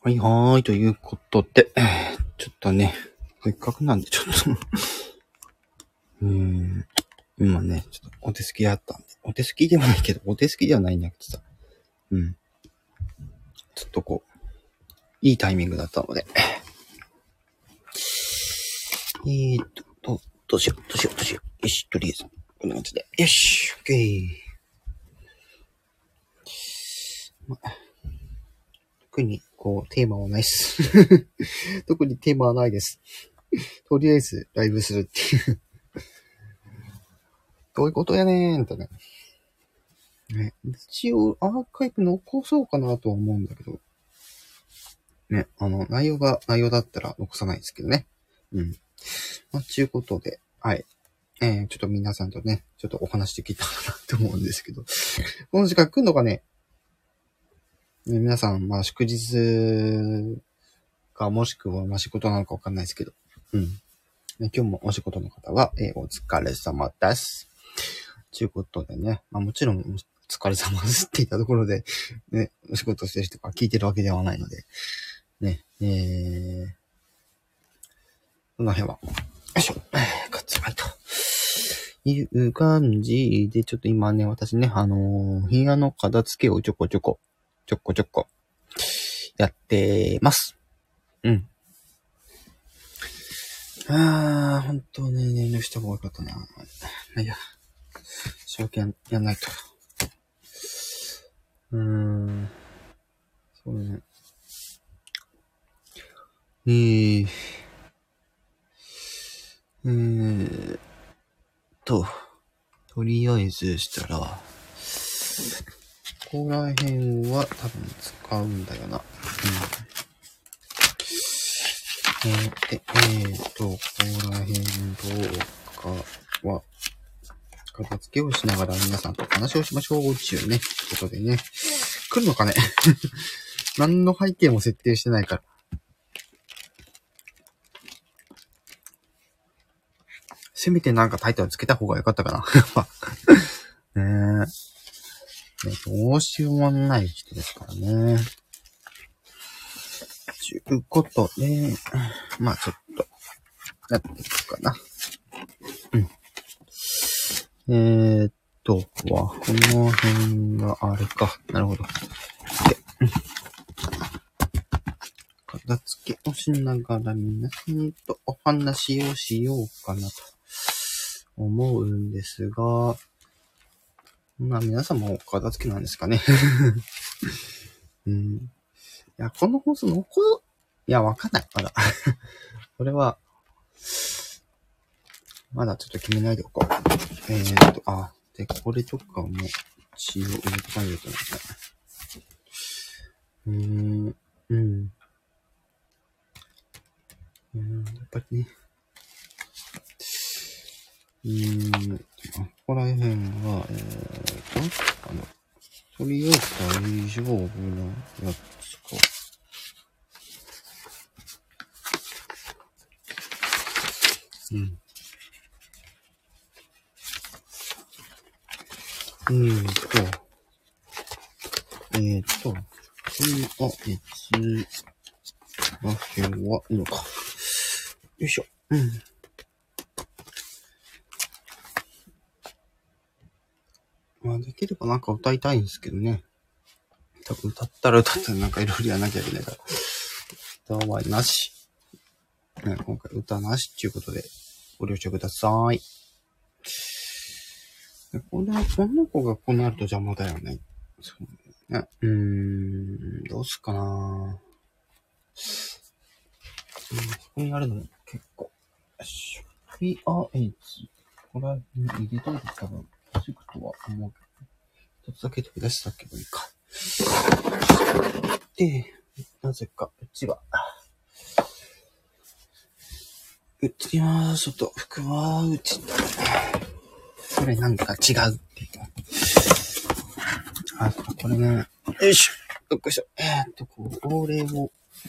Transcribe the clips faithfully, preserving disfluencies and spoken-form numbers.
はいはーい、ということで、ちょっとね、せっかくなんで、ちょっとうーん、今ね、ちょっとお手すきあったんで、お手すきではないけど、お手すきではないんだけどさ、うん、ちょっとこう、いいタイミングだったので、えーっと、どどうしよう、どうしよう、どうしよう、よし、とりあえず、こんな感じで、よし、オッケー。ま、特に、こう、テーマはないっす。特にテーマはないです。とりあえず、ライブするっていう。どういうことやねーんとね。ね、一応アーカイブ残そうかなとは思うんだけど、ね、あの、内容が内容だったら残さないですけどね。うん。まあ、ちゅうことで、はい。えー、ちょっと皆さんとね、ちょっとお話できたらなって思うんですけど、この時間来んのかね、ね皆さん、まあ、祝日か、もしくは、まあ、仕事なのかわかんないですけど、うん。ね、今日もお仕事の方は、えー、お疲れ様です。ということでね、まあもちろん、お疲れ様ですって言ったところで、ね、お仕事してる人が聞いてるわけではないので、ね、えー、この辺は、よいしょ、カッツマイと、いう感じで、ちょっと今ね、私ね、あのー、部屋の片付けをちょこちょこ、ちょこちょこ、やってます。うん。あー、ほんとね、遠慮した方がよかったな。まあ、いや、証券やんないと。うーん。そうね。えー、えーと、とりあえずしたら、ここら辺は多分使うんだよな。うん。えー、で、えーと、ここら辺どうかは、片付けをしながら皆さんとお話をしましょうっていうね、ことでね。来るのかね何の背景も設定してないから。せめてなんかタイトルつけた方が良かったかな。ねえ。ね、どうしようもない人ですからね。ちゅうことで、まあちょっと、やっていくかな。うん。えーっと、は、この辺があれか。なるほど。で、うん。片付けをしながら皆さんとお話をしようかなと思うんですが、まあ皆さんも片付けなんですかね。うん。いや、この放送のこ、いや、わかんない。まだ。これは、まだちょっと決めないでおこう。えーっと、あ、で、これとかも一応入れてあげるとね。うーん、うん。うん、やっぱりね。うーん、ここら辺は、えーと、あの、とりあえず大丈夫なやつか。うん。えーと、えーと、とりあえず、場所はいいのか。よいしょ。うん。まあ、できればなんか歌いたいんですけどね。多分歌ったら歌ったらなんかいろいろやらなきゃいけないから。歌はなし。ね、今回歌なしっていうことで、ご了承ください。これは、この子がこうなると邪魔だよね。そうね。うーん、どうすっかなぁ。うん、そこにあるのも結構。よいしょ。とりあえず、これに入れといて多分、つくとは思うけど、一つだけ飛び出したけどいいか。で、なぜか、うちは、うちは、外、服は、うちだ。それなんか違うっていうか。あ、これね。よいしょ。どっこいしょ。えーっと、これを、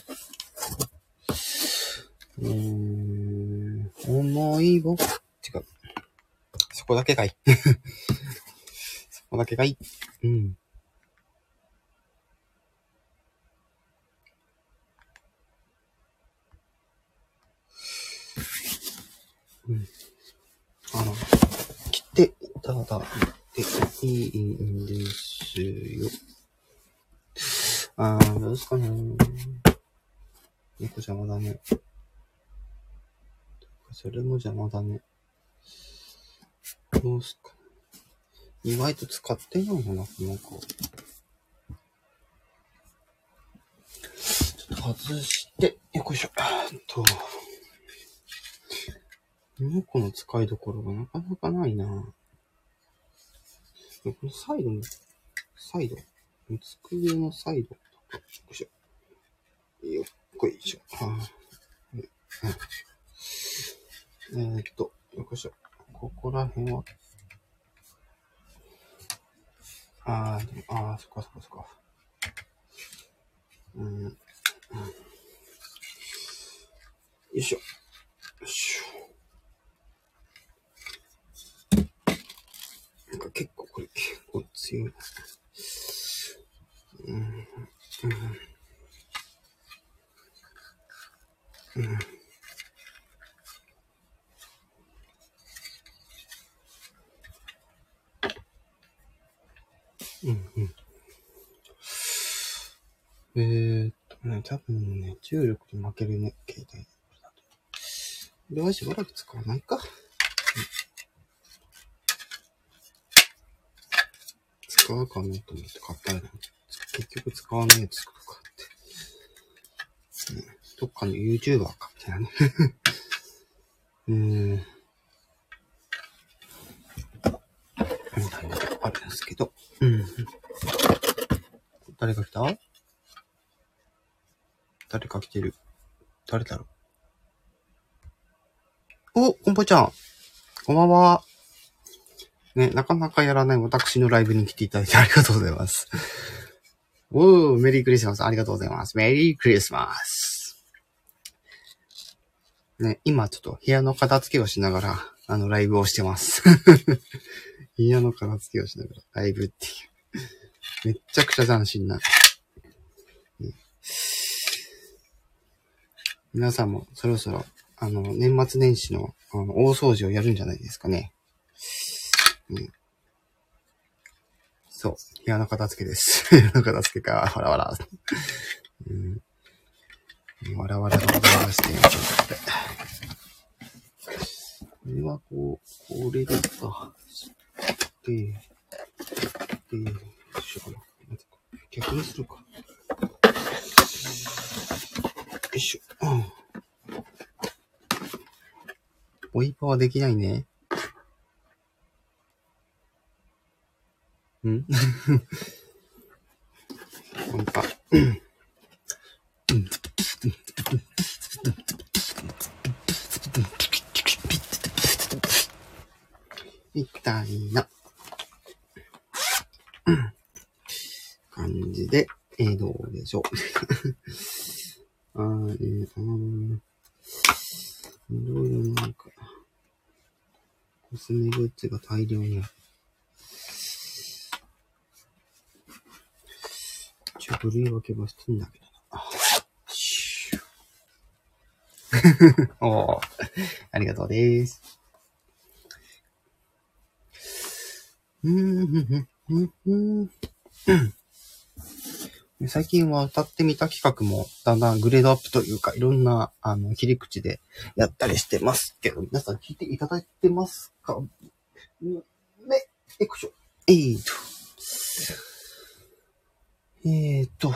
うーん、思いを、違う。そこだけがいい。そこだけがいい。うん。 。あの、来ていただいていいんですよ。あー、どうすかね。猫邪魔だね。それも邪魔だね。どうすか。意外と使ってないのかな、この子。ちょっと外して、よいしょ。えっと、この子の使いどころがなかなかないな。このサイドの、サイド。机のサイド。よいしょ。よっこいしょ。はあ、えー、っと、よいしょ。ここら辺は、あー、でもあー、そっかそっかそっか。うん。うん、よいしょ。よいしょ。なんか結構これ結構強いな。うん。うん。うん。うんうん。えーっとね、多分ね、重力に負けるね、携帯。これはしばらく使わないか。うん、使うかなと思って買ったら、結局使わないやつとかって。うん、どっかの YouTuber か、みたいなね。うーん。みたいなのがあるんですけど。うん。誰が来た？誰か来てる。誰だろう。お、こんぽちゃん。こんばんは。ね、なかなかやらない私のライブに来ていただいてありがとうございます。おー、メリークリスマス。ありがとうございます。メリークリスマス。ね、今ちょっと部屋の片付けをしながら、あの、ライブをしてます。部屋の片付けをしながら、ライブっていう。めっちゃくちゃ斬新な。ね、皆さんもそろそろ、あの、年末年始の、あの大掃除をやるんじゃないですかね。うん、そう。部屋の片付けです。部屋の片付けか、わらわら。うん、わらわらでございまして、これはこう、これでさ、で、で、よいしょかな。逆にするか。よいしょ。うん。追いパはできないね。ん追いパ。うん。みたいな感じで、えー、どうでしょう。あー、えー、あー、いろいろなんか、コスメグッズが大量にある。一応、古い分けばしてんだけどな。おー、ありがとうです。うーん、うん、うん。最近は歌ってみた企画もだんだんグレードアップというかいろんなあの切り口でやったりしてますけど、皆さん聞いていただいてますかね、えこしょ。えーと。えーと。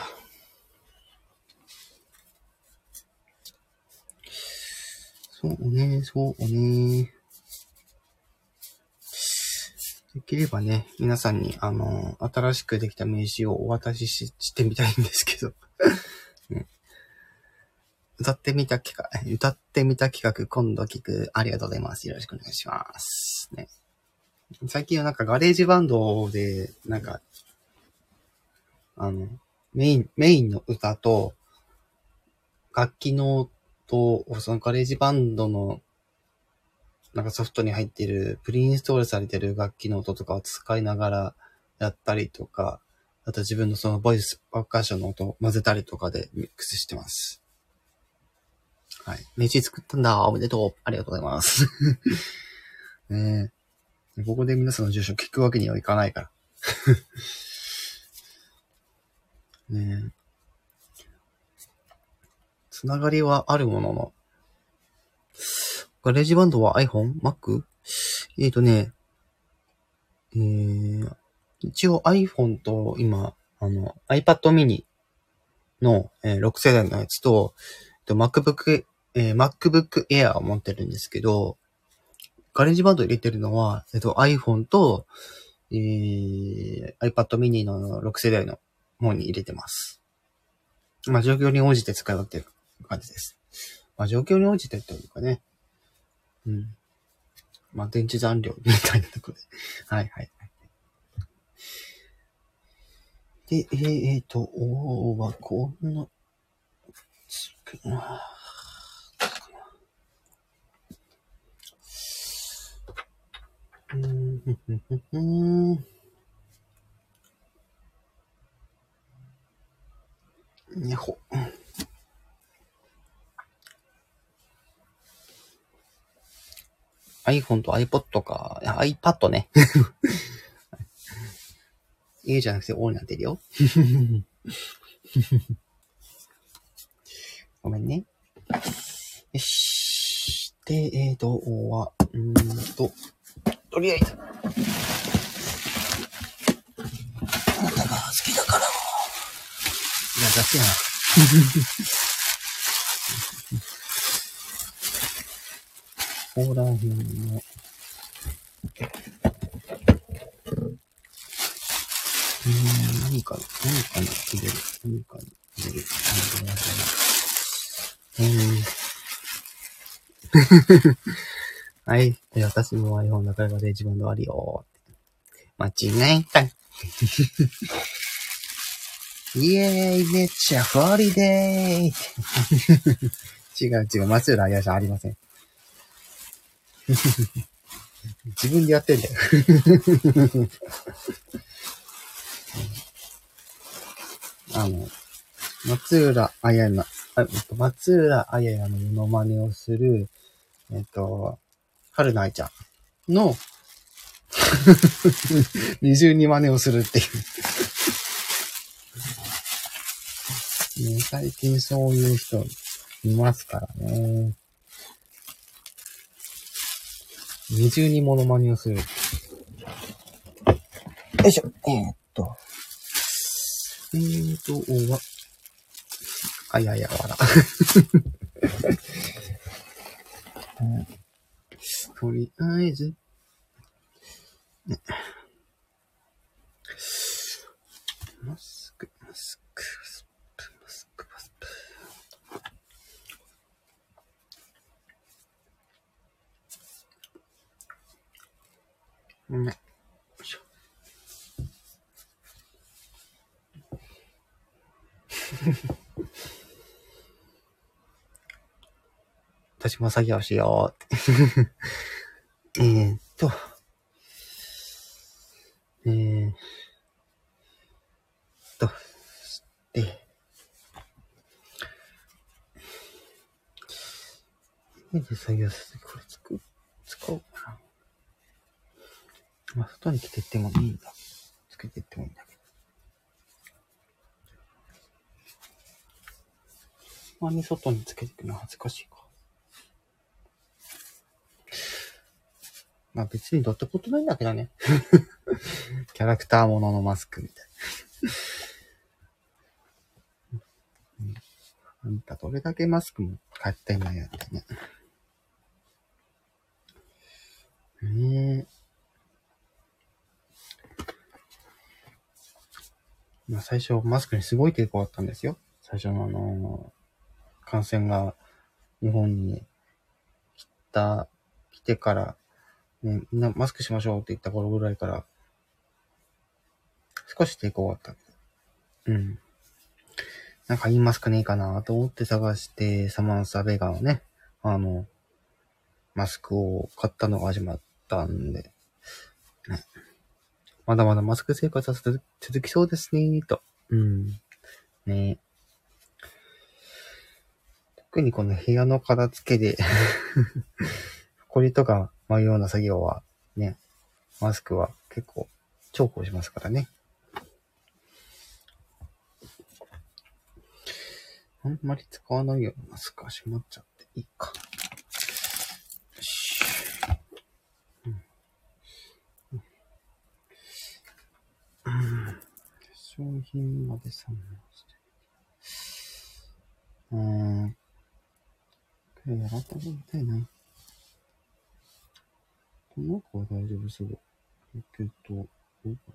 そうね、そうね。できればね、皆さんに、あの、新しくできた名刺をお渡し し, してみたいんですけど、ね。歌ってみた企画、歌ってみた企画、今度聞く、ありがとうございます。よろしくお願いします。ね。最近はなんかガレージバンドで、なんか、あの、メイン、メインの歌と、楽器のと、そのガレージバンドのなんかソフトに入っている、プリインストールされている楽器の音とかを使いながらやったりとか、あと自分のそのボイスパーカッションの音を混ぜたりとかでミックスしてます。 はい。飯作ったんだ。おめでとう。ありがとうございます。ねえ。ここで皆さんの住所聞くわけにはいかないから。ねえ。つながりはあるものの。ガレージバンドは iPhone？Mac？ えーとね、えー、一応 iPhone と今、あの、iPad mini の、えー、ろく世代のやつと、MacBook、えー、MacBook Air を持ってるんですけど、ガレージバンド入れてるのは、えっと、iPhone と、えー、iPad mini のろく世代の方に入れてます。まあ、状況に応じて使い分けてる感じです。まあ、状況に応じてというかね。うん。まあ、電池残量みたいなところで。はいはい。で、えー、えーと、おーは、こんな、つくなうーん、ふんふんふんふん。にゃほ。iPhone と iPod か、iPad ね。A じゃなくて O になってるよ。ごめんね。よし。で、えーと、O は、うーんと、とりあえず。あなたが好きだから。いや、雑やな。ここら辺の、うーん、何か、何かに入れる。何かに入れる。えー、はい。で、私も iPhone だからで自分のあるよ。間違いたい。イエーイ、めっちゃホリデー違う違う、松浦彩じゃありません。自分でやってんだよ。あの、松浦彩の、あ、松浦彩のモノマネをする、えっと、春菜愛ちゃんの二重に真似をするっていう、ね。最近そういう人いますからね。二重にモノマネをする。よいしょ。えー、っと。えーと、は、あややわら。とりあえず、ね、マスク、マスク、マスク、マスク、マスク。ね。よいしょ。私も作業しよう。えーっと、えーっと、で、で作業する。これつく、使おうかな。まあ、外に着てってもいいんだ。つけてってもいいんだけど。まあに外につけていくのは恥ずかしいか。まあ別にどったことないんだけどね。キャラクターもののマスクみたいな。あんたどれだけマスクも買ってんのよってね。ねえ。まあ最初マスクにすごい抵抗あったんですよ。最初のあのー、感染が日本に来た、来てから、ね、みんなマスクしましょうって言った頃ぐらいから、少し抵抗があった。うん。なんかいいマスクねえかなと思って探して、サマンサベガのね、あの、マスクを買ったのが始まったんで、ね、まだまだマスク生活は続きそうですねーと。うん。ね。 特にこの部屋の片付けで、こりとか舞うような作業はね、マスクは結構重宝しますからね。あんまり使わないようなマスクはしまっちゃっていいか。よし。うんうん、商品までさんまんして。うーん。これやらったことみたいな。この子は大丈夫そう。だけど、どうか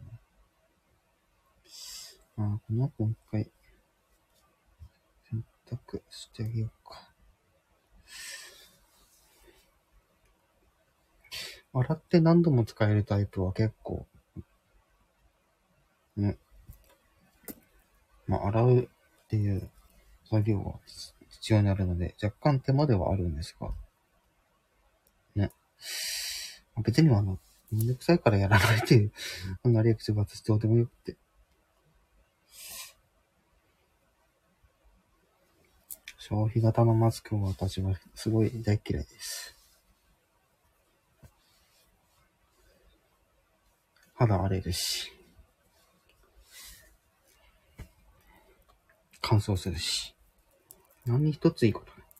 な。ああ、この子も一回、洗濯してあげようか。洗って何度も使えるタイプは結構、ね。まあ、洗うっていう作業が必要になるので、若干手間ではあるんですが、ね。別にはあの、めんどくさいからやらないっていう、あんな理屈は私どうでもよくて。消費型のマスクは私はすごい大嫌いです。肌荒れるし、乾燥するし、何一ついいことない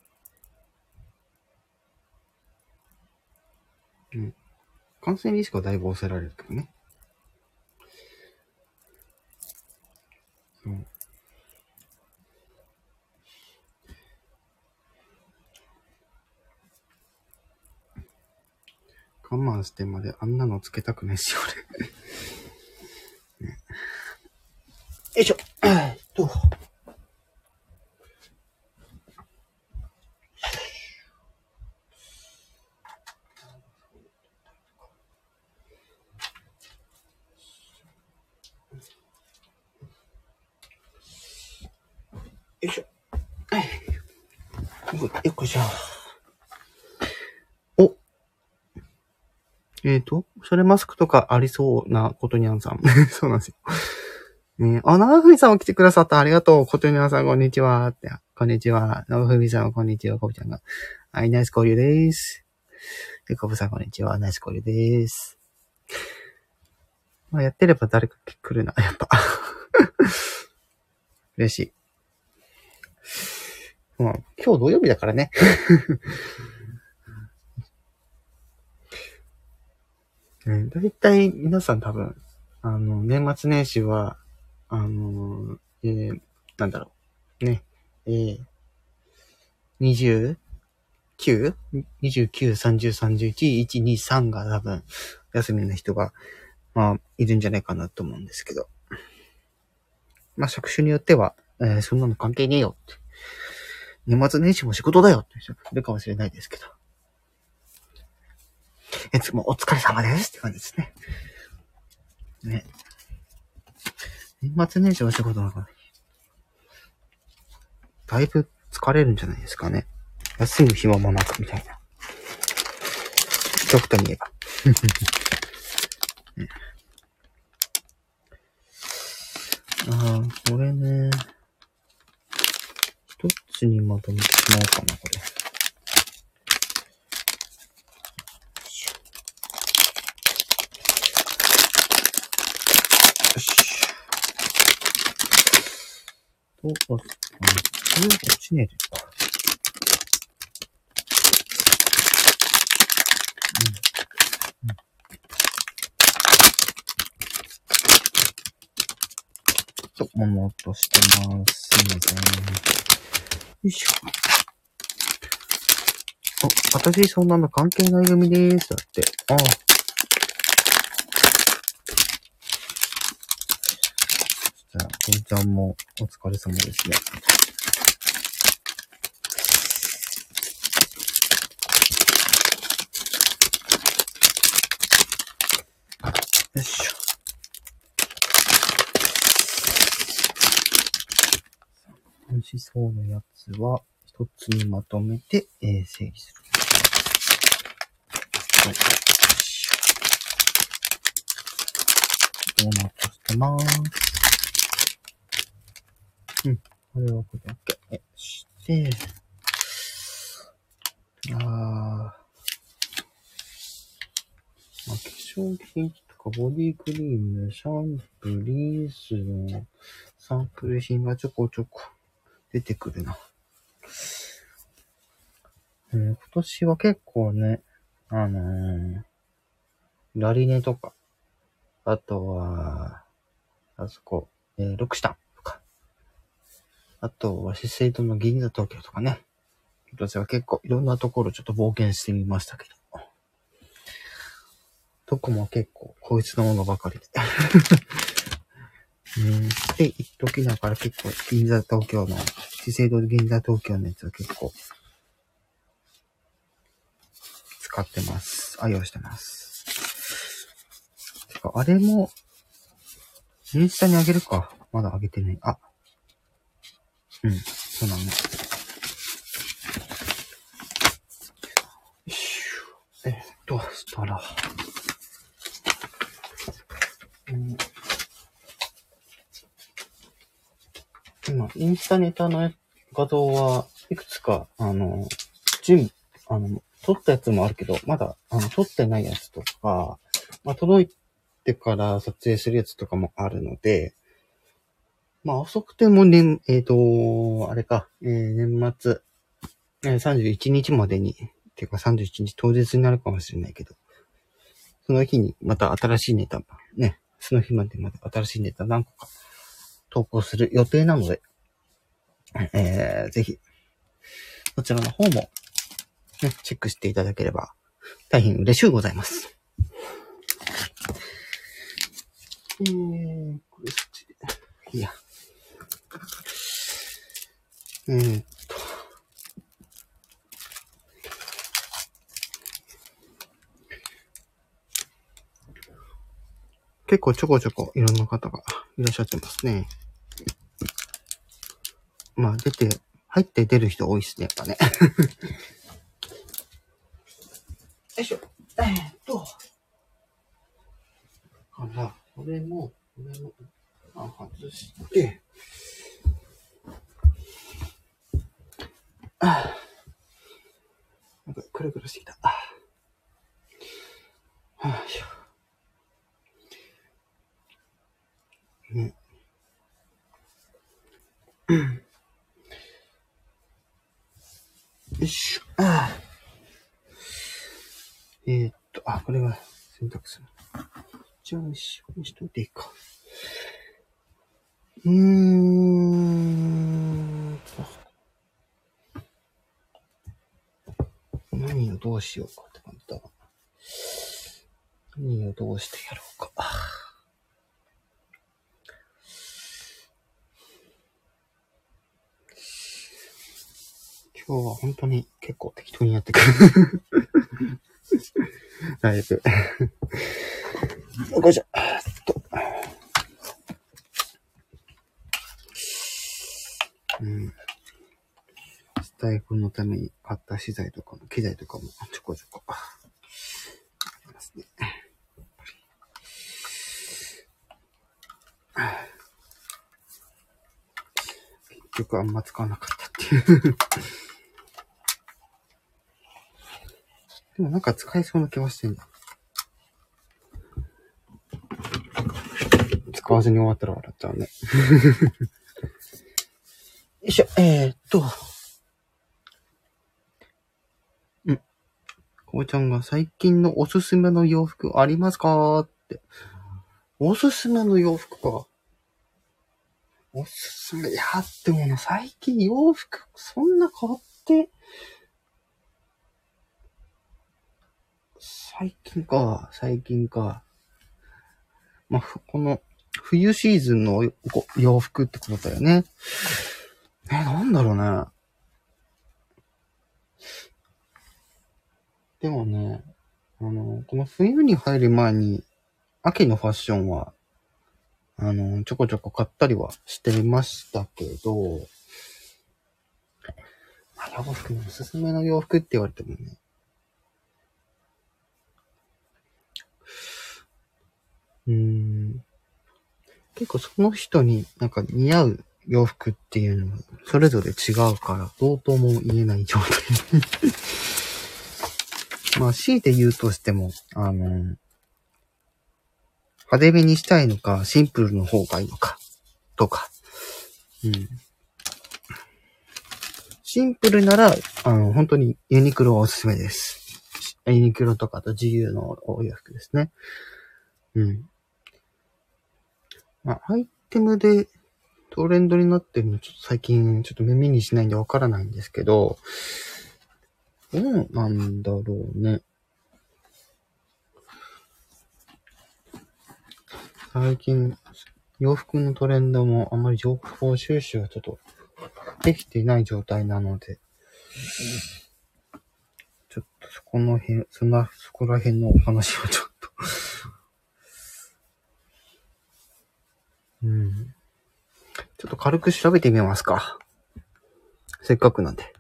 。うん。感染リスクはだいぶ抑えられるけどね。そう。我慢してまであんなのつけたくないし、俺。ね、よいしょ。えっと。よいしょ。はい。よっこいしょ。お。えっと、おしゃれマスクとかありそうなことにゃんさん。そうなんですよ。ね、あ、なふみさんも来てくださった。ありがとう。ことにゃんさん、こんにちは。って、こんにちは。なふみさん、こんにちは。こぶちゃんが。はい、ナイス交流です。で、こぶさん、こんにちは。ナイス交流です。まあ、やってれば誰か来るな、やっぱ。嬉しい。まあ、今日土曜日だからね。ね、だいたい皆さん多分、あの、年末年始は、あの、えー、なんだろう。ね。えー、にじゅうきゅう? にじゅうきゅう、さんじゅう、さんじゅういち、いち、に、さんが多分、休みの人が、まあ、いるんじゃないかなと思うんですけど。まあ、職種によっては、えー、そんなの関係ねえよって。年末年始も仕事だよって人いるかもしれないですけど。いつもお疲れ様ですって感じですね。ね。年末年始の仕事だから、だいぶ疲れるんじゃないですかね。休む暇もなくみたいな。極端に言えば。ね、ああ、これね。一つにまとめてしまおうかな、これ。よし。と、あ、これ落ちねえで。うん。うん。と、物落としてます。すいません。よいしょ。あ、私そんなの関係ない組でーす。だって。ああ。じゃあ、こんちゃんもお疲れ様ですね。よいしょ。美味しそうなやつは一つにまとめて、えー、整理する。はい。ドーナツしてまーす。うん。これはこれだけ。え、して、 粧品とかボディクリーム、シャンプー、リンスのサンプル品がちょこちょこ出てくるな。えー、今年は結構ね、あのー、ラリネとか、あとは、あそこ、えー、ロクシタンとか、あとは資生堂の銀座東京とかね。今年は結構いろんなところちょっと冒険してみましたけど。どこも結構こいつのものばかりで。うん、で、一時だから結構銀座東京の、資生堂銀座東京のやつは結構使ってます。愛用してます。てか、あれも、インスタにあげるか。まだあげてない。あ。うん、そうなんね。よしょ。えっと、そしたら、うん、今、インスタネタの画像はいくつか、あの、準備、あの、撮ったやつもあるけど、まだ、あの、撮ってないやつとか、まあ、届いてから撮影するやつとかもあるので、まあ、遅くても年、えっと、あれか、えー、年末、えー、さんじゅういちにちまでに、ていうかさんじゅういちにち当日になるかもしれないけど、その日にまた新しいネタ、ね、その日までまた新しいネタ何個か投稿する予定なので、えー、ぜひ、こちらの方も、ね、チェックしていただければ、大変嬉しゅうございます。えー、これそっちで、いや。えーっと。結構ちょこちょこいろんな方がいらっしゃってますね。まあ出て、入って出る人多いっすね、やっぱね。よいしょ。えーっと。から、これも、これも、あ、外して、あなんかくるくるしてきた。ああ、よいしょ。ね。うん。よいしょ。ああ。えー、っと、あ、これは選択する。じゃあ、一緒にしといていいか。うーん。何をどうしようかって感じだ。何をどうしてやろうか。今日は本当に結構適当にやってくる。ライブ。よいしょ。うん。スタイフのために買った資材とかも、機材とかもちょこちょこありますね。結局あんま使わなかったっていう。でもなんか使えそうな気はしてんだ。使わずに終わったら笑っちゃうね。よいしょ、えーっと。うん。こうちゃんが最近のおすすめの洋服ありますかって。おすすめの洋服か。おすすめ、いや、でもな、最近洋服、そんな変わって、最近か、最近か。まあ、この、冬シーズンの洋服ってことだよね。え、なんだろうね。でもね、あの、この冬に入る前に、秋のファッションは、あの、ちょこちょこ買ったりはしてましたけど、まあ、洋服のおすすめの洋服って言われてもね、うーん、結構その人になんか似合う洋服っていうのはそれぞれ違うからどうとも言えない状態まあ強いて言うとしてもあの派手めにしたいのか、シンプルの方がいいのか、とか。うん。シンプルなら、あの、本当にユニクロはおすすめです。ユニクロとかと自由のお洋服ですね。うん。まあ、アイテムでトレンドになってるのちょっと最近ちょっと耳にしないんでわからないんですけど、どうなんだろうね。最近、洋服のトレンドもあまり情報収集がちょっとできていない状態なので、ちょっとそこの辺、そんな、そこら辺のお話をちょっとうん。ちょっと軽く調べてみますか。せっかくなんで。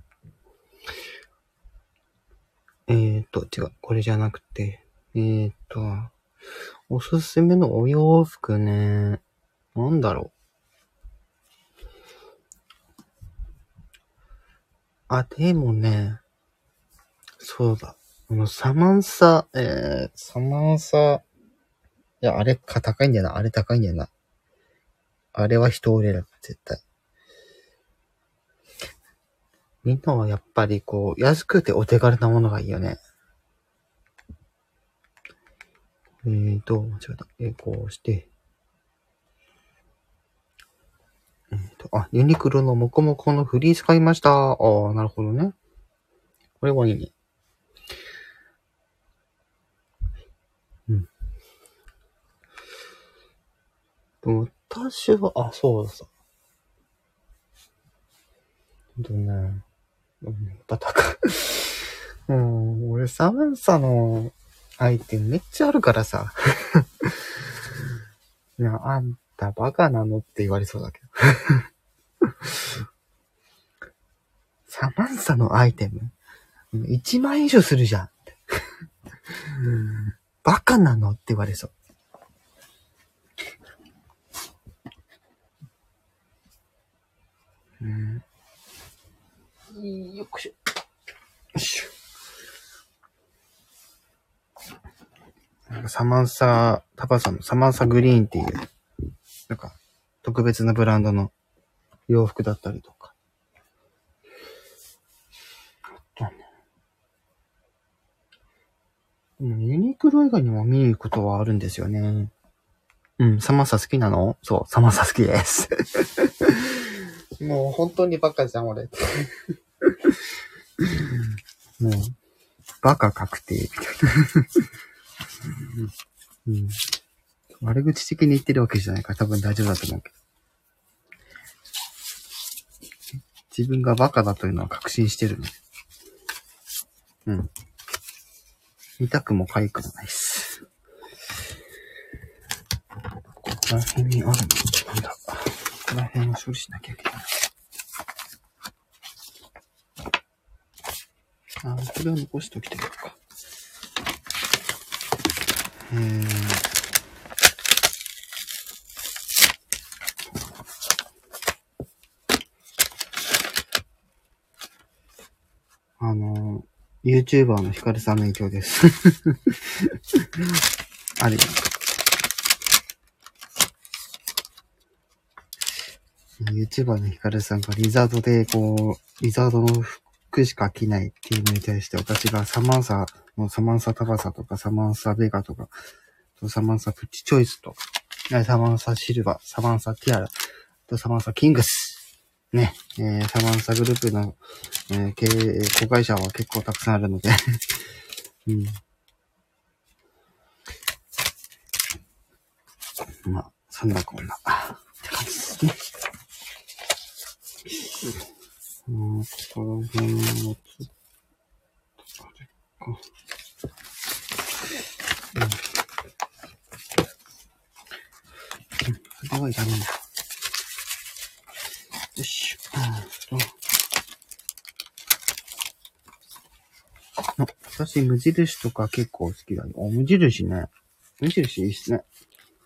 えーと、違う。これじゃなくて、えーと、おすすめのお洋服ね。なんだろう。あ、でもね、そうだ。あの、サマンサ、えー、サマンサ、いや、あれか高いんだよな。あれ高いんだよな。あれは人売れる。絶対。みんなはやっぱりこう、安くてお手軽なものがいいよね。えーと、間違えた。えー、こうして。えーと、あ、ユニクロのモコモコのフリース買いました。ああ、なるほどね。これはいいね。うん。でも私は、あ、そうださ。ほんとね。うん、やっぱ高い。うん、俺サマンサのアイテムめっちゃあるからさ。いや、あんたバカなのって言われそうだけど。サマンサのアイテムいちまん以上するじゃんって。バカなのって言われそう。うん、よっしょ。よっしょ。なんかサマンサ、タパさんのサマンサグリーンっていう、なんか特別なブランドの洋服だったりとか。うん、ユニクロ以外にも見に行くことはあるんですよね。うん、サマンサ好きなの？そう、サマンサ好きです。もう本当にバカじゃん、俺。もう、バカ確定、みたいな。うん。悪口的に言ってるわけじゃないから多分大丈夫だと思うけど。自分がバカだというのは確信してるので。うん。見たくも痒くもないっす。ここら辺にあるのなんだ。ここら辺を処理しなきゃいけない。あ、これを残しておきたいのか。えー。あの、YouTuber のヒカルさんの影響です。あるよ。YouTuber のヒカルさんがリザードで、こう、リザードの服しか着ないっていうのに対して、私がサマンサのサマンサタバサとか、サマンサベガとか、サマンサプチチョイスとか、サマンサシルバー、サマンサティアラ、とサマンサキングス、ね、えー、サマンサグループの、えー、経営、子会社は結構たくさんあるので、うん。まあ、そんなこんな、って感じですね。うん、この辺をちょっと、あれか。うん。それはいらないんだ。よし。うんと。私、無印とか結構好きだよ。お、無印ね。無印いいっすね。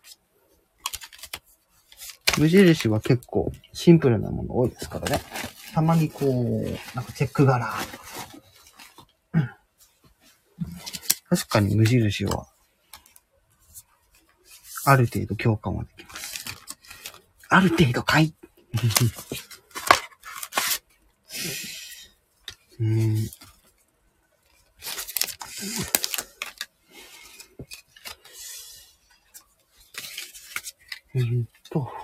無印は結構シンプルなもの多いですからね。たまにこう、なんかチェック柄とか。うん、確かに無印は、 ある程度共感はできます。ある程度かいえー、えー、っと、も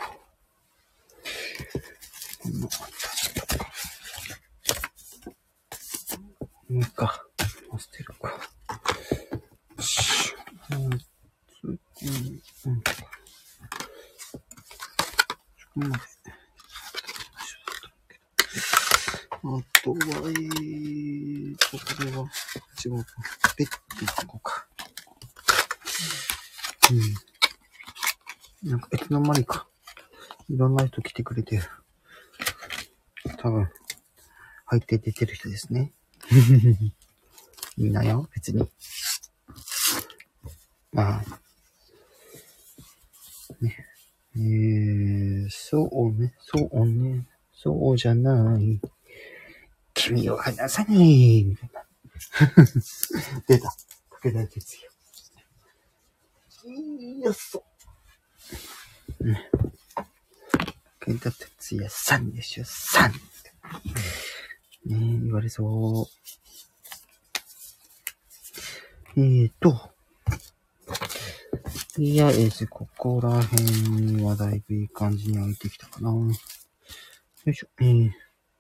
ういいか。捨てるか。うん、うん、うん。あとは、えーと、これは、違うか。ペッていこうか。うん。なんか、いつの間にか、いろんな人来てくれてる。多分、入って出てる人ですね。いいなよ、別に。まあ、ね。えー、そうね、そうね、そうじゃない。君を離さない、みたいな。出た。武田鉄矢。よっそ。ね。武田鉄矢さんでしょ、さん。ねえ、言われそう。えーと。とりあえず、ここら辺はだいぶいい感じに置いてきたかな。よいしょ。えー。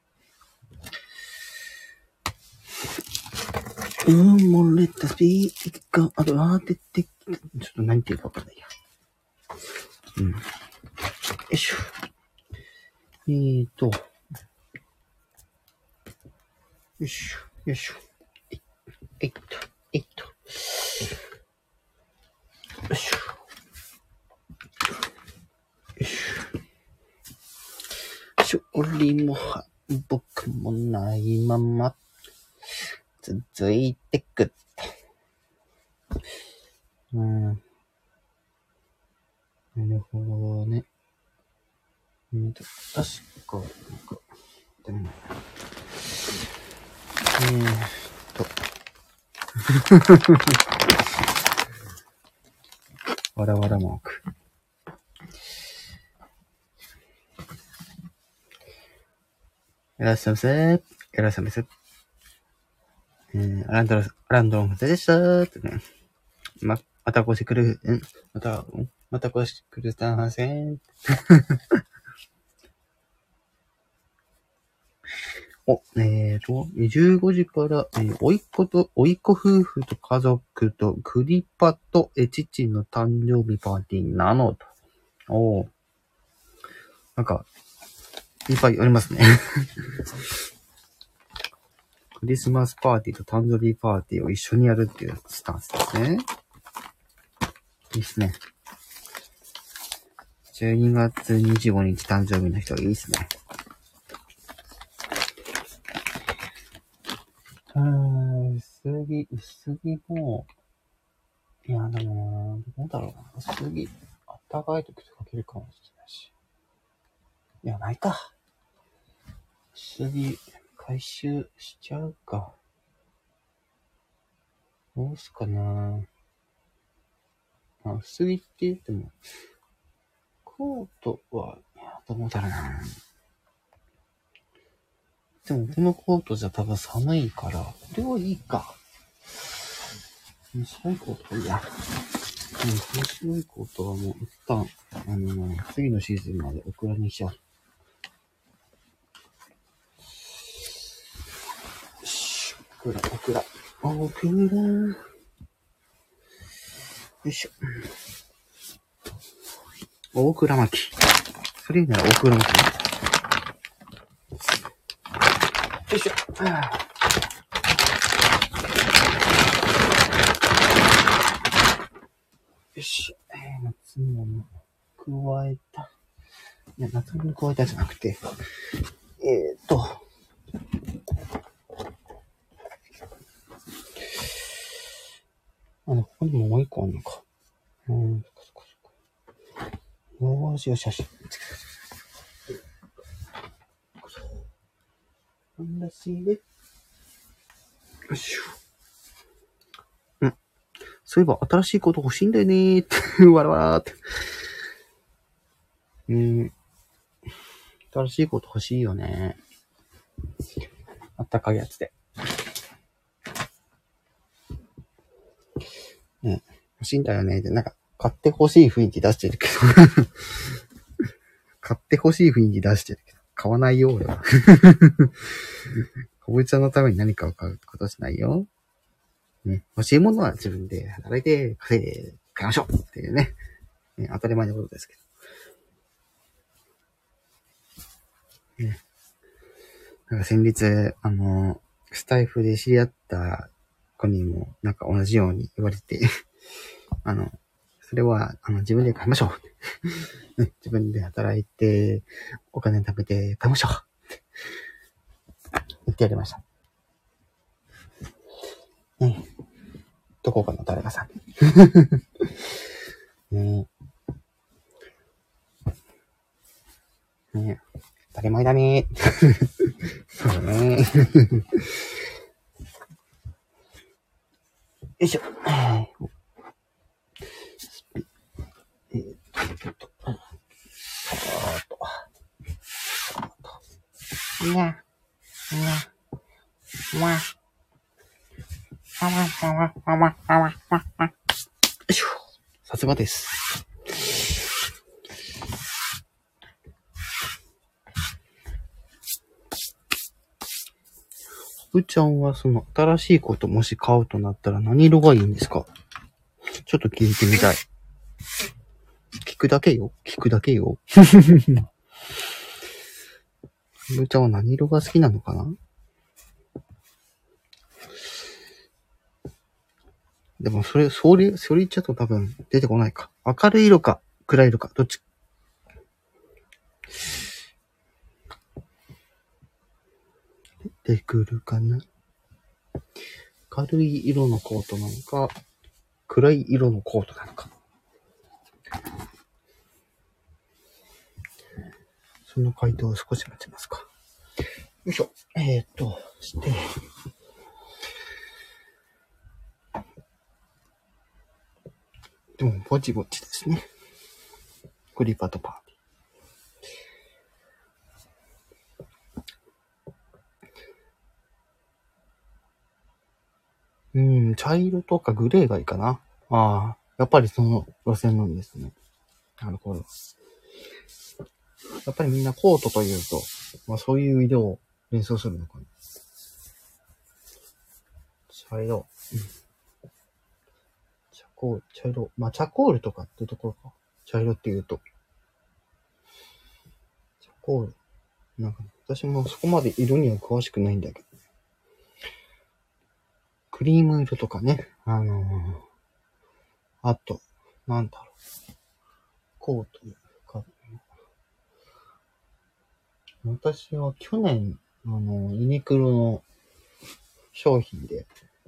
うん、漏れたスピーカー、あと、あーてて、ちょっと何て言うかわかんないや。うん。よいしょ。えーと。よいしょ、よいしょ。えい、えいっと、えいっと。よいしょ。よいしょ。勝利も僕もないまま続いてくって。うん。なるほどね。うんと、確か、なんか、でも、えーっと。わらわらマーク。いらっしゃいませ。いらっしゃいませ。えー、アランドロ、アランドロンでしたーってね。ま、また越してくる、んまた、また越してくるたません。お、えーと、じゅうごじから、えー、おいっ子と、おいっ子夫婦と家族とクリパと、えー、父の誕生日パーティーなのと。おー。なんか、いっぱいありますね。クリスマスパーティーと誕生日パーティーを一緒にやるっていうスタンスですね。いいっすね。じゅうにがつにじゅうごにち誕生日の人はいいっすね。うーん、薄着、薄着も、いや、でもな、どうだろうな。薄着、あったかい時とか着るかもしれないし。いや、ないか。薄着、回収しちゃうか。どうすかな。まあ、薄着って言っても、コートは、いや、どうだろうな。でも、このコートじゃ多分寒いから、これはいいか。面白いコートいいや。うん、面白いコートはもう一旦、あの、次のシーズンまでオクラにしちゃう。よし、オクラ、オクラ。オクラ。よいしょ。大倉巻き。それ言うなら大倉巻きね。よいしょ。ああよし。えー、夏物加えた。いや、夏物加えたじゃなくて、えーっと、あの、ここにももう一個あるのか。うん、そこそこ。よーしよしよし。なんだしで。よいしょ。うん。 そういえば新しいこと欲しいんだよねーって、わらわらーって。うん。新しいこと欲しいよね。あったかいやつで。うん。欲しいんだよねって、なんか、買って欲しい雰囲気出してるけど。買って欲しい雰囲気出してるけど。買わないよ、俺は。かぼちゃのために何かを買うことしないよ。ね。欲しいものは自分で働いて、稼いで買いましょうっていうね。ね、当たり前のことですけど。ね。なんか先日、あの、スタイフで知り合った子にも、なんか同じように言われて、あの、それは、あの、自分で買いましょう。自分で働いて、お金貯めて買いましょう。言ってやりました。ね。どこかの誰かさん。ねえ。ねえ。当たり前だねそうだねよいしょ。えーっと、あーっと。にゃ、にゃ、わ、わわわわわわわわわ。よいしょ。さすがです。ふーちゃんはその新しいこともし買うとなったら何色がいいんですか？ちょっと聞いてみたい。聞くだけよ。聞くだけよ。ふーちゃんは何色が好きなのかな？でもそれ、それ、それ言っちゃうと多分出てこないか。明るい色か、暗い色か、どっち？出てくるかな？明るい色のコートなのか、暗い色のコートなのか。その回答を少し待ちますか。よいしょ。えーっと、して。でも、ぼちぼちですね。クリパとパーティー。うん、茶色とかグレーがいいかな。ああ、やっぱりその路線なんですね。なるほど。やっぱりみんなコートというと、まあそういう色を連想するのかな。茶色。うん。茶コール、茶色。まあ茶コールとかってところか。茶色っていうと。茶コール。なんか、私もそこまで色には詳しくないんだけど。クリーム色とかね。あのー、あと、なんだろう。コートか。私は去年、あの、ユニクロの商品で、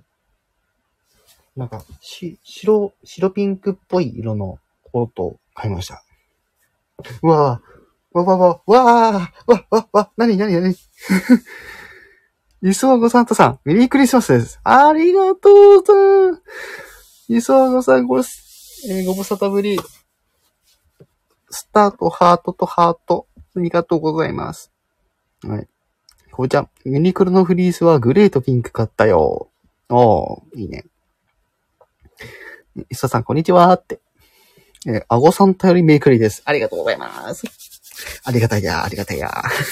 なんか、し、白、白ピンクっぽい色のコートを買いました。うわぁ、わわわ、わぁ、わ、わ、わ、なになになに磯和子さんとさん、メリークリスマスです。ありがとうございます。磯和子さん、ご、えー、ご無沙汰ぶり。スタート、ハートとハート。ありがとうございます。はい。こうちゃん、ユニクロのフリースはグレーとピンク買ったよ。おー、いいね。磯さん、こんにちはって。えー、あごさん頼りメイクリです。ありがとうございます。ありがたいや、ありがたいや。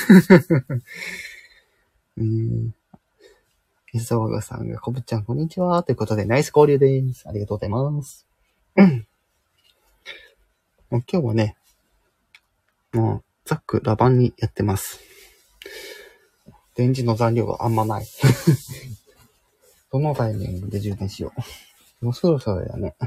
うーん。磯和さんが、こぶちゃん、こんにちはということで、ナイス交流です。ありがとうございます。うん。もう今日はね、もう、ザック、ラバンにやってます。電池の残量があんまない。どのタイミングで充電しよう。もうそろそろだね。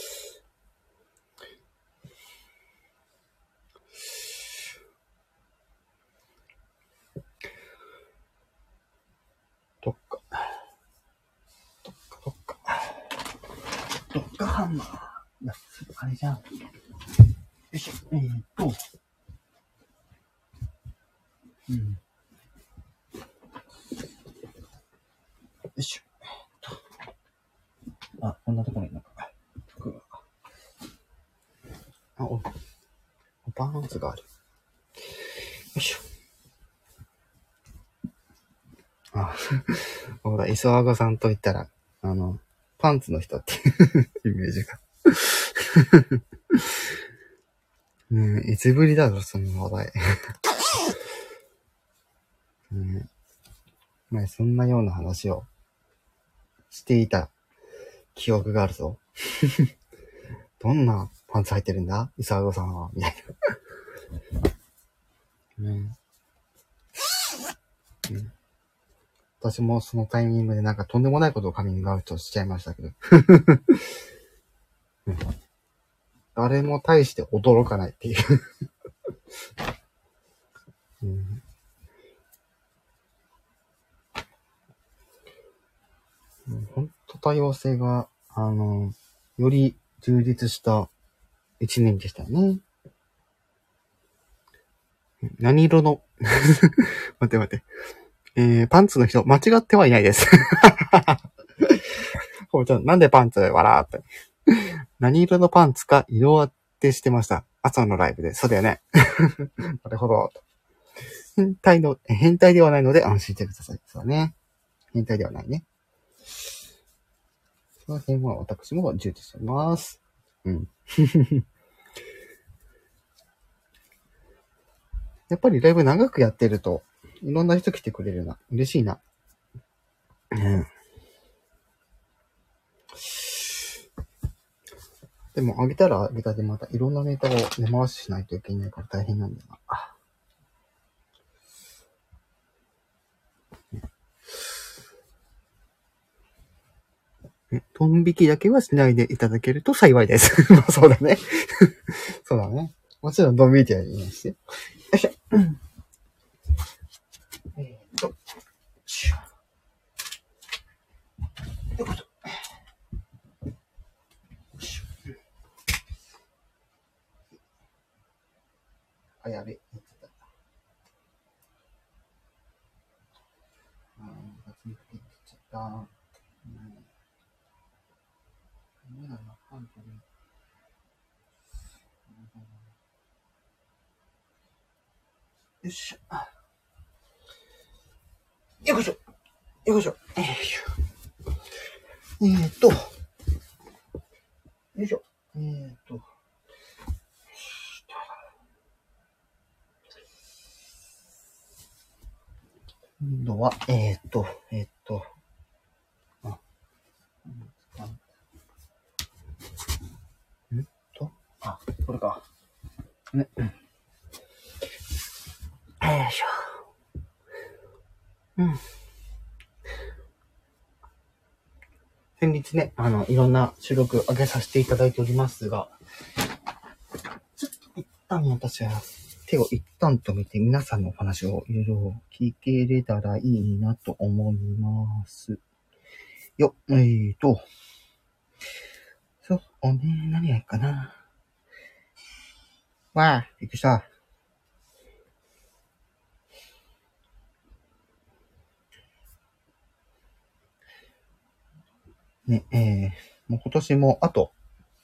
どっか。どっか、どっか。どっかハンマー。いや、あれじゃん。よいしょ。えーっと。うん。よいしょ。あ、こんなところになんか。 パンツがある。よいしょ。あ、ほら、磯和賀さんと言ったら、あの、パンツの人っていうイメージが。ねえ、いつぶりだろ、その話題。ねえ、前そんなような話をしていた記憶があるぞ。どんなパンツ履いてるんだ磯和賀さんは、みたいな。ねえ、うん。私もそのタイミングでなんかとんでもないことをカミングアウトしちゃいましたけど。うん、誰も大して驚かないっていう、うんほんと多様性が、あの、より充実した一年でしたよね。何色の待って待って。えー、パンツの人、間違ってはいないです。ほうちゃん、なんでパンツ笑って。何色のパンツか色当てしてました。朝のライブで。そうだよね。なるほど。変態の、変態ではないので安心してください。そうね。変態ではないね。その辺は私も重視しております。うん。やっぱりライブ長くやってると、いろんな人来てくれるな。嬉しいな。うん。でも、あげたらあげたでまたいろんなネタを根回ししないといけないから大変なんだよな。トン引きだけはしないでいただけると幸いです。まあそうだね。そうだね。もちろんドン引いてはいないし。よいしょ。うん、えーっと。よいしょ。よいしょ。よいしょ。あ、やべ。やってた。あー、ガツンと切っちゃった。うん。ダメだな、パントで。よいしょ。よいしょ。よいしょ。よいしょ。えーっと。よいしょ。えーっと。今度は、えーっと、えーっと。あ、んと、あ、これか。ね。よいしょ。うん。先日ね、あの、いろんな収録上げさせていただいておりますが、ちょっと一旦私は手を一旦止めて皆さんのお話をいろいろ聞けれたらいいなと思います。よ、えーと、そうね、何やるかな。わあ、びっくりした。ね、えー、もう今年もあと、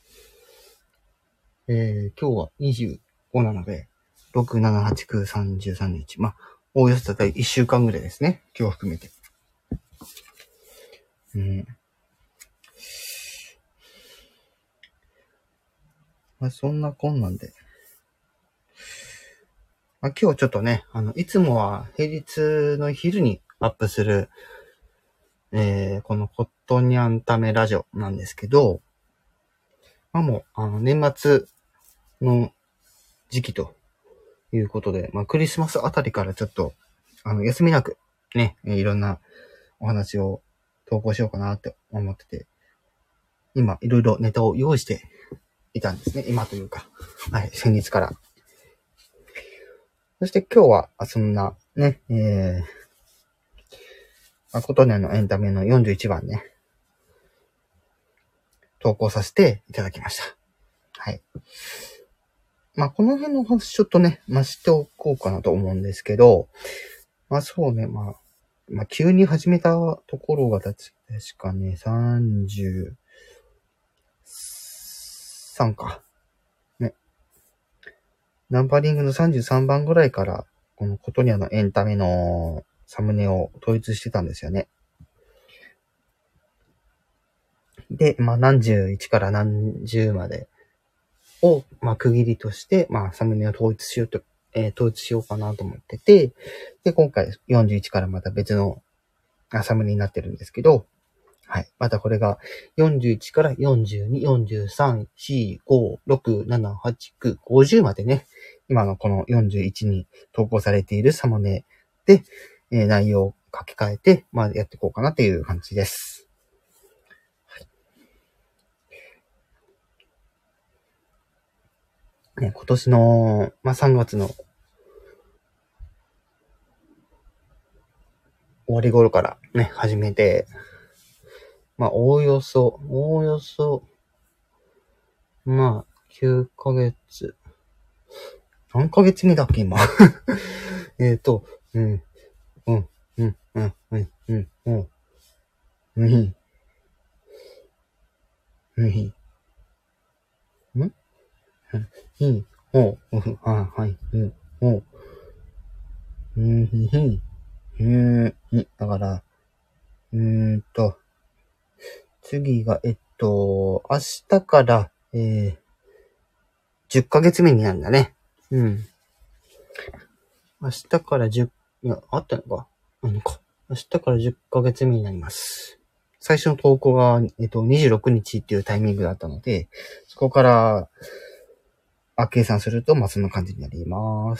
えー、今日はにじゅうごなので、ろく、しち、はち、きゅう、さんじゅうさんにち。まあ、おおよそだいたいいっしゅうかんぐらいですね。今日含めて。うん。まあ、そんなこんなんで。まあ、今日ちょっとね、あの、いつもは平日の昼にアップする、えー、このコットニャンタメラジオなんですけど、まあもう、あの、年末の時期ということで、まあクリスマスあたりからちょっと、あの、休みなく、ね、いろんなお話を投稿しようかなって思ってて、今、いろいろネタを用意していたんですね。今というか、はい、先日から。そして今日は、そんな、ね、えー、まあ、コトニャンのエンタメのよんじゅういちばんね、投稿させていただきました。はい。まあ、この辺のお話ちょっとね、まあ、しておこうかなと思うんですけど、まあそうね、まあ、まあ急に始めたところが確かね、さんじゅうさんか。ね。 ナンバリングのさんじゅうさんばんぐらいから、このコトニャのエンタメのサムネを統一してたんですよね。で、まあ、何十いちから何十までを、まあ、区切りとして、まあ、サムネを統一しようと、えー、統一しようかなと思ってて、で、今回よんじゅういちからまた別のサムネになってるんですけど、はい。またこれがよんじゅういちからよんじゅうに、よんじゅうさん、よん、ご、ろく、なな、はち、きゅう、ごじゅうまでね、今のこのよんじゅういちに投稿されているサムネで、えー、内容を書き換えて、まあ、やっていこうかなっていう感じです。はい。ね、今年の、まあ、さんがつの終わり頃からね、始めて、まあ、おおよそ、おおよそ、まあ、きゅうかげつ、何ヶ月目だっけ、今。えっと、うん、うん、うん、うん、うん、うん、うん、うん、うん、うん、うん、ほう、うん、あ、はい、うん、ほう、うん、ひひ、うん、ひ、だから、うーんと、次が、えっと、明日から、えー、じゅっかげつめになるんだね。うん。明日からじゅう、いや、あったのかあのか。明日からじゅっかげつめになります。最初の投稿が、えっと、にじゅうろくにちっていうタイミングだったので、そこから、あ、計算すると、まあ、そんな感じになります。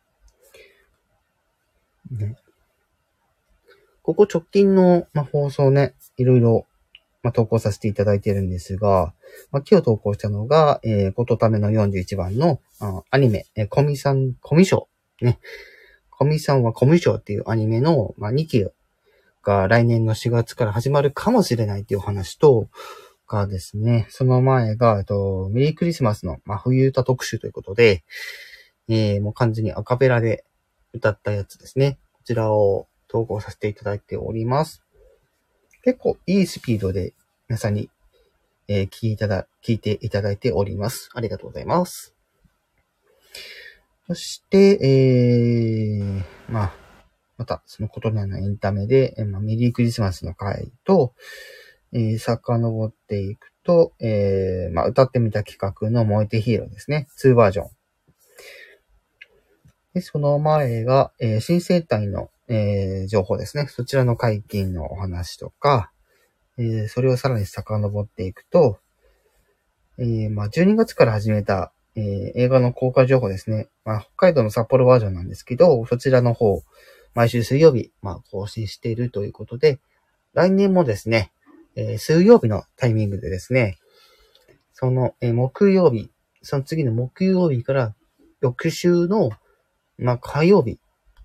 ね、ここ直近の、まあ、放送ね、いろいろ、まあ、投稿させていただいているんですが、まあ、今日投稿したのが、えー、ことためのよんじゅういちばんの、あアニメ、えー、コミさん、コミショー、ね。コミさんはコミショーっていうアニメの、まあ、にきが来年のしがつから始まるかもしれないっていうお話と、がですね、その前が、えっと、メリークリスマスの真冬歌特集ということで、えー、もう完全にアカペラで歌ったやつですね。こちらを投稿させていただいております。結構いいスピードで皆さんに、えー、聞いただ、聞いていただいております。ありがとうございます。そして、えー、まあ、またそのことのようなエンタメで、えーまあ、メリークリスマスの回と、えー、遡っていくと、えー、まあ、歌ってみた企画の燃えてヒーローですね。にバージョン。で、その前が、えー、新生体の、えー、情報ですね。そちらの解禁のお話とか、えー、それをさらに遡っていくと、えー、まあ、じゅうにがつから始めた、えー、映画の公開情報ですね。まあ、北海道の札幌バージョンなんですけど、そちらの方、毎週水曜日、まあ、更新しているということで、来年もですね、えー、水曜日のタイミングでですね、その、えー、木曜日、その次の木曜日から翌週の、まあ、火曜日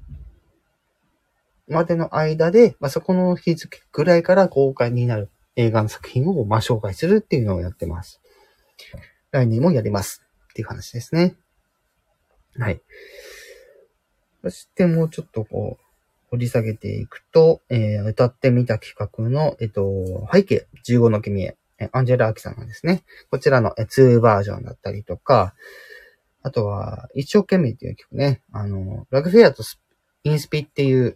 までの間で、まあ、そこの日付ぐらいから公開になる映画の作品を、まあ、紹介するっていうのをやってます。来年もやりますっていう話ですね。はい。そしてもうちょっとこう、掘り下げていくと、えー、歌ってみた企画の、えっと、背景じゅうごの君へ、アンジェラ・アキさんなんですね。こちらのにバージョンだったりとか、あとは、一生懸命っていう曲ね、あの、ラグフェアとインスピっていう、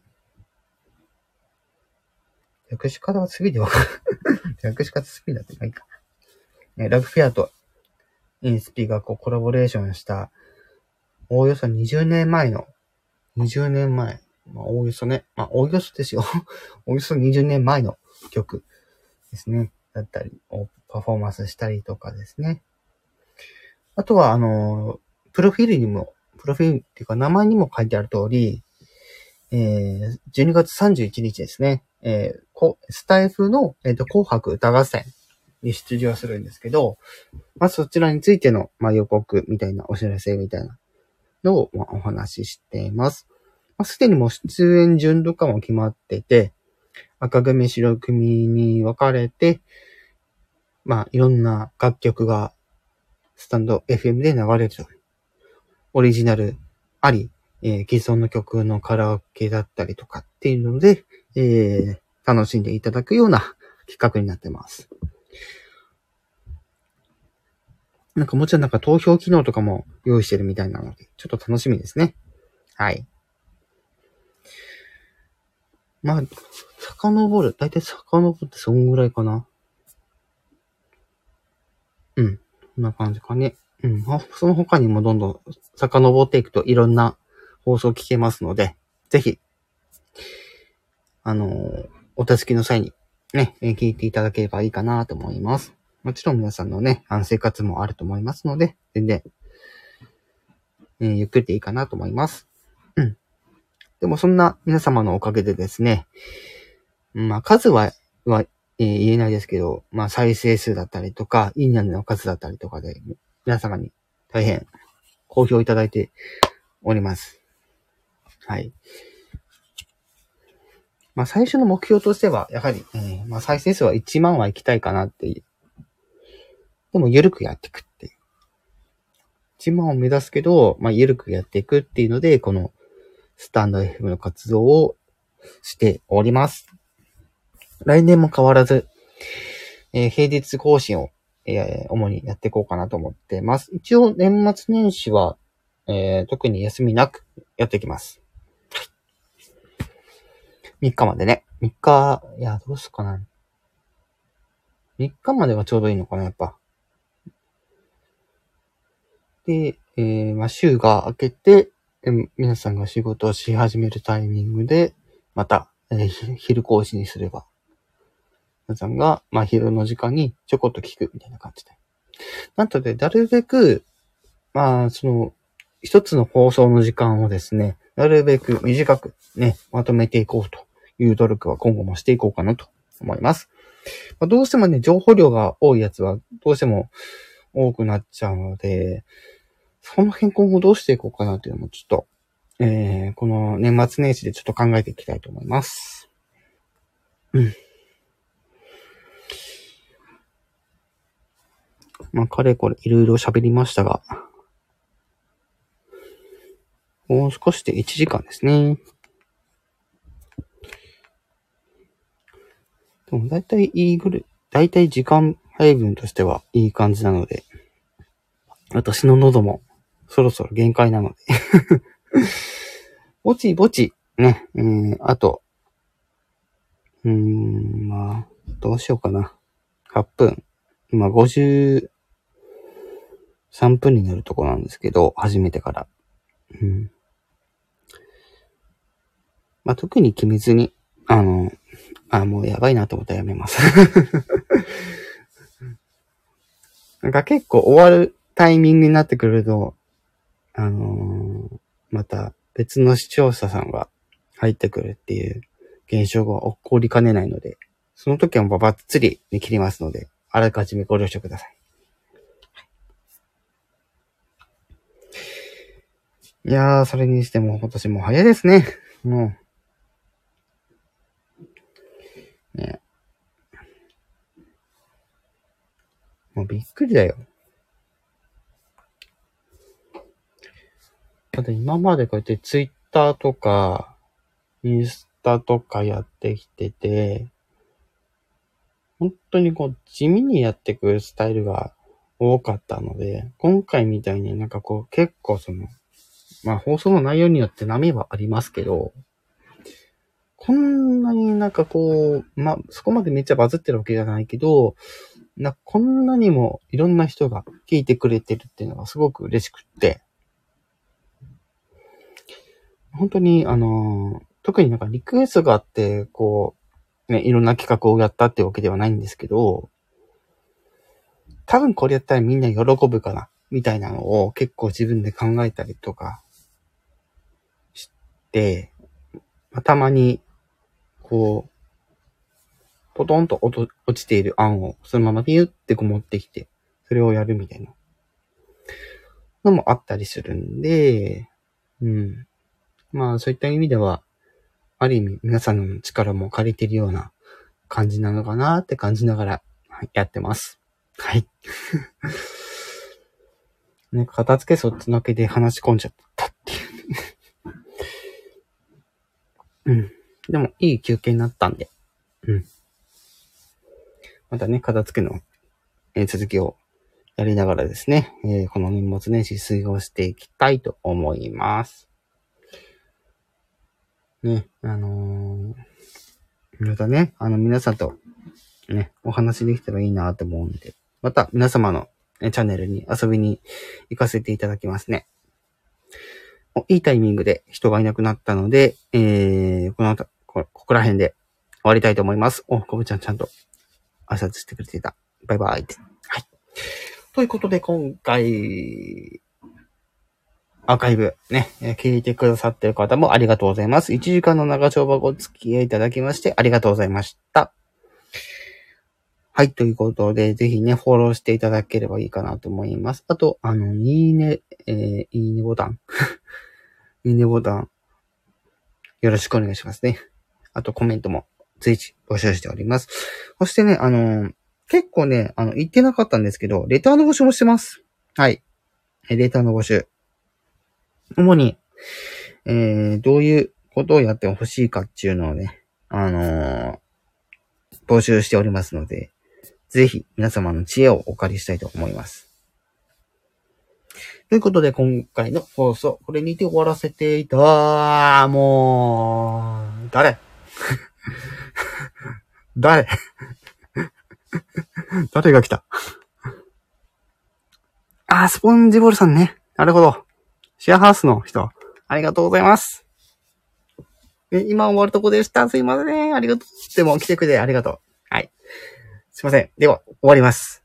略し方はスピでわかる。略し方スピだってないか。ラグフェアとインスピがこうコラボレーションした、おおよそにじゅうねんまえの、にじゅうねんまえ、まあ、おおよそね、まあ、おおよそですよ。おおよそにじゅうねんまえの曲ですね。だったり、をパフォーマンスしたりとかですね。あとは、あの、プロフィールにも、プロフィールっていうか名前にも書いてある通り、えー、じゅうにがつさんじゅういちにちですね。えー、スタイフの、えーと、紅白歌合戦に出場するんですけど、まあ、そちらについての、まあ、予告みたいなお知らせみたいなのを、まあ、お話ししています。まあ、すでにもう出演順とかも決まってて、赤組、白組に分かれて、まあ、いろんな楽曲がスタンド エフエム で流れると。オリジナルあり、えー、既存の曲のカラオケだったりとかっていうので、えー、楽しんでいただくような企画になってます。 なんかもちろんなんか投票機能とかも用意してるみたいなので、ちょっと楽しみですね。はい。まあ、遡る。だいたい遡ってそんぐらいかな。うん。こんな感じかね。うん。その他にもどんどん遡っていくといろんな放送聞けますので、ぜひ、あのー、お手つきの際にね、聞いていただければいいかなと思います。もちろん皆さんのね、生活もあると思いますので、全然、えー、ゆっくりでいいかなと思います。うん。でもそんな皆様のおかげでですね、まあ数は、は、えー、言えないですけど、まあ再生数だったりとか、いいねの数だったりとかで、皆様に大変好評いただいております。はい。まあ最初の目標としては、やはり、えー、まあ再生数はいちまんは行きたいかなっていう。でも緩くやっていくっていう。いちまんを目指すけど、まあ緩くやっていくっていうので、このスタンド エフエム の活動をしております。来年も変わらず、えー、平日更新を、えー、主にやっていこうかなと思ってます。一応年末年始は、えー、特に休みなくやっていきます。みっかまでね。みっか、いや、どうすかな。みっかまでがちょうどいいのかな、やっぱ。で、えー、まあ、週が明けて、えー、皆さんが仕事をし始めるタイミングで、また、えー、昼更新にすれば、皆さんが、まあ、昼の時間にちょこっと聞くみたいな感じで。なので、なるべく、まあ、その、一つの放送の時間をですね、なるべく短くね、まとめていこうという努力は今後もしていこうかなと思います。まあ、どうしてもね、情報量が多いやつはどうしても多くなっちゃうので、その辺今後どうしていこうかなというのもちょっと、えー、この年末年始でちょっと考えていきたいと思います。うん。まあ、かれこれいろいろ喋りましたが、もう少しでいちじかんですね。でも大体いいぐらい、大体時間配分としてはいい感じなので、私の喉もそろそろ限界なので。ぼちぼち、ね、えー、あと、うーん、まあ、どうしようかな。はっぷん。今ごじゅうさんぷんになるとこなんですけど、初めてから。うん。まあ、特に決めずに、あの、あ、もうやばいなと思ったらやめます。なんか結構終わるタイミングになってくると、あのー、また別の視聴者さんが入ってくるっていう現象が起こりかねないので、その時はもうバッツリで切りますので、あらかじめご了承ください。いやー、それにしても今年も早いですね。もう。ね。もうびっくりだよ。だって今までこうやってツイッターとか、インスタとかやってきてて、本当にこう地味にやっていくスタイルが多かったので、今回みたいになんかこう結構その、まあ放送の内容によって波はありますけど、こんなになんかこう、まあそこまでめっちゃバズってるわけじゃないけど、なこんなにもいろんな人が聞いてくれてるっていうのがすごく嬉しくって、本当にあの、特になんかリクエストがあって、こう、ね、いろんな企画をやったってわけではないんですけど、多分これやったらみんな喜ぶかな、みたいなのを結構自分で考えたりとかして、まあ、たまに、こう、ポトンと落ちている案をそのままビューってこう持ってきて、それをやるみたいなのもあったりするんで、うん。まあそういった意味では、ある意味皆さんの力も借りてるような感じなのかなって感じながらやってます。はい。ね、片付けそっちのけで話し込んじゃったっていう。うん。でも、いい休憩になったんで。うん。またね、片付けの、えー、続きをやりながらですね、えー、この年末年始過ごしていきたいと思います。ね、あのー、またね、あの皆さんとね、お話できたらいいなと思うんで、また皆様の、ね、チャンネルに遊びに行かせていただきますね。いいタイミングで人がいなくなったので、えー、この後、こ、ここら辺で終わりたいと思います。お、こぶちゃんちゃんと挨拶してくれていた。バイバイって。はい。ということで今回、アーカイブね、聞いてくださっている方もありがとうございます。いちじかんの長丁場ご付き合いいただきましてありがとうございました。はい、ということで、ぜひね、フォローしていただければいいかなと思います。あと、あの、いいね、えー、いいねボタン。いいねボタン、よろしくお願いしますね。あと、コメントも随時募集しております。そしてね、あのー、結構ね、あの、言ってなかったんですけど、レターの募集もしてます。はい。レターの募集。主に、えー、どういうことをやってほしいかっていうのをね、あのー、募集しておりますので、ぜひ皆様の知恵をお借りしたいと思います。ということで、今回の放送、これにて終わらせていた。もう、誰誰誰が来たあー、スポンジボールさんね。なるほど。シェアハウスの人。ありがとうございます。え今終わるとこでした。すいません。ありがとう。でも来てくれてありがとう。はい。すいません。では、終わります。